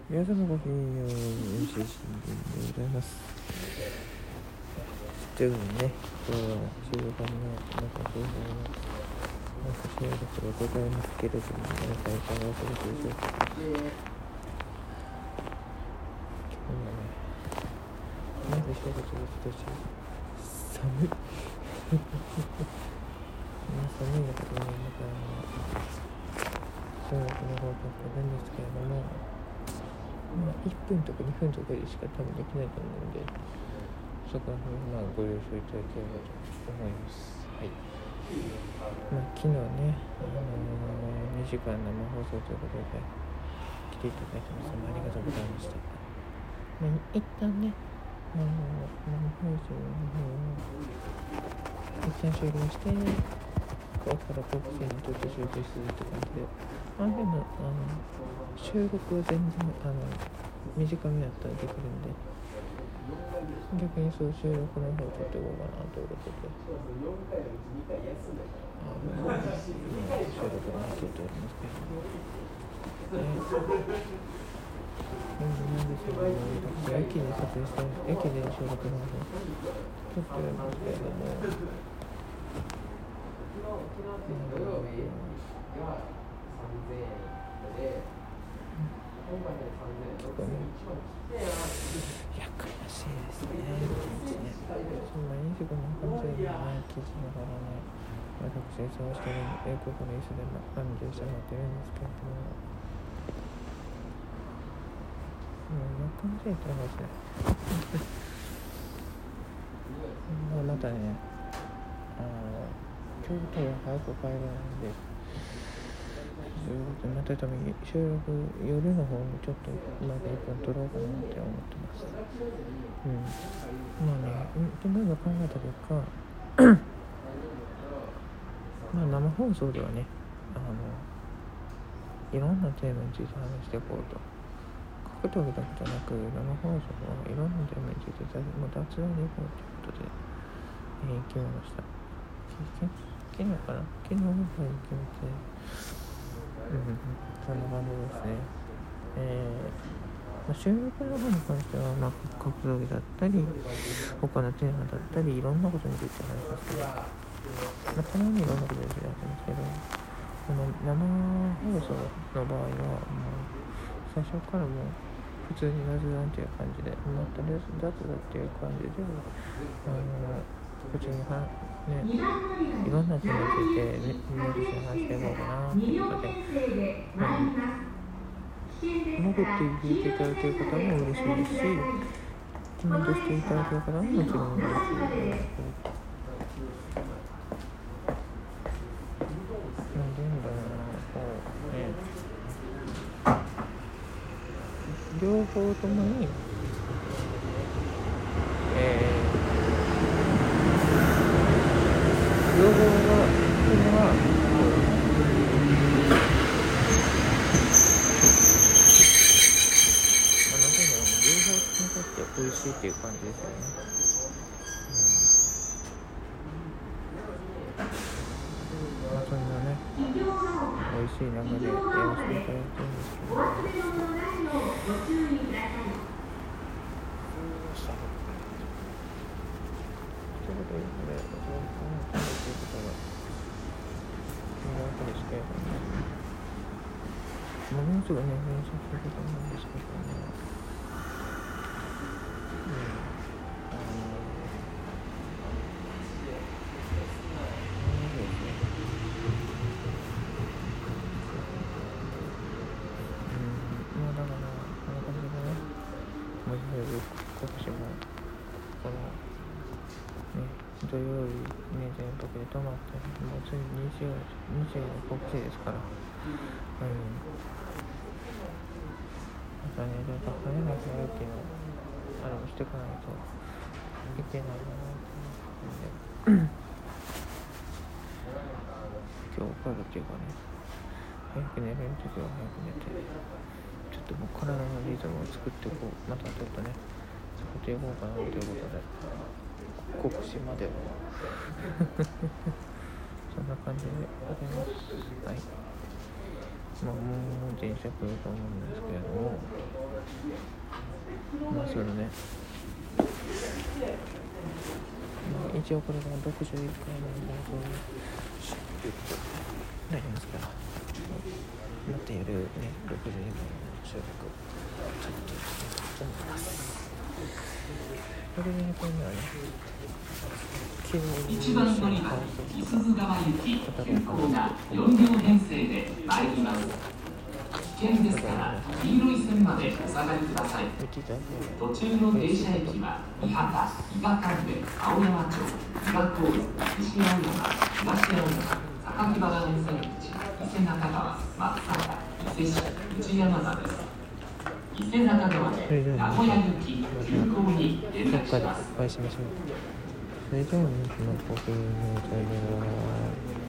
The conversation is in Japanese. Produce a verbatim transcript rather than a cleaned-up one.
皆様ごきげんよう、エムシー 新聞でございます。ということでね、今日は収録の中情報の収録でございますけれども、皆さんいかがお過ごしでしょうか。今日はね、まず一言で少し寒い。寒いのかと思いますが、収録の方とかなんですけれども、まあ、いっぷんとかにふんとかでしか多分できないと思うので、そこら辺まあご了承いただければと思います。はい。まあ、昨日ね、あのー、にじかん生放送ということで来ていただいてますのでありがとうございました。まあ、一旦ね、あの生放送の方を一旦終了して、ここからトーク戦にちょっと集中するって感じで、まあでもあの収録は全然あの短めだったらできるんで、逆にそう収録の方を撮っていこうかなということで、あの収録の方を撮っておりますけども、ね、なんでしょうね、私駅で撮影して駅で収録の方を撮っておりますけれども、結構ね、やかましいですね。そんなにじかんの完全にね、記事ながらね、私、そうしてる英国の椅子でアンジュしてもらってるんですけれども、もうやかましいと思いますね。まあ、またね、あの、今日多分早く帰れないんで、また多分収録夜の方にちょっとまだいっぷん撮ろうかなって思ってます。うん。まあね、どんどん考えた結果、まあ生放送ではね、あのいろんなテーマについて話していこうと。格闘技だけじゃなく、生放送はいろんなテーマについてもう雑談でいこうということで、えー、決めました。昨日かな昨日ぐらいに決めて、うん、そんな感じですね。えーまあ、収録の方に関しては、まあ、格闘技だったり、他のテーマだったり、いろんなことについて話しますけど、まあ、たまにいろんなことについて話しますけど、この生放送の場合は、もう最初からもう普通に雑談っていう感じで、また雑談っていう感じで、あの普通にはね、いろんなテーマについてね、皆として話していこうかなっていうことで、うん、潜って聞いていただける方も嬉しいですし、コメントしていただける方ももちろん嬉しいです。なんでんだろうな、こうね、両方ともに、えー、両方が、っていうのは、美味しいっていう感じですよね。うん、まあそんなね、美味しい中でやらせていただいてるんですけど、ね、ということで、これ、私はこのということが決めるわけですけれども、ものすごいね、練習することなんですけどね。今年もこのね土曜日ね全国で泊まってもうついに日曜日曜の告知ですから、うん、またねちょっと早め早起きのあれもしていかないといけないなと思って今日からっていうかね早く寝れるときは早く寝てちょっともう体のリズムを作ってこうまたちょっとね作っていこうかなということで告知まではそんな感じでございます。はい。まあもう電車来ると思うんですけれども、 まあそれね、まあ、一応これがろくじゅういっかいめの放送になりますから、また夜ねろくじゅうにかいめの収録をちょっとしたいと思います。ろくじゅうにかいめはね、昨日一番乗り場いすゞ川行き急行がよんりょう編成で参ります。危険ですから黄色い線までお下がりください。途中の停車駅は三畑、伊賀関連、青山町、伊賀東西青山、東青山、榊原沿線口、伊勢中川、松阪、伊勢市、内山田です。伊勢中川で名古屋行き急行に連絡します。 お会いしましょう。それでは皆様ごきげんよう。さよなら。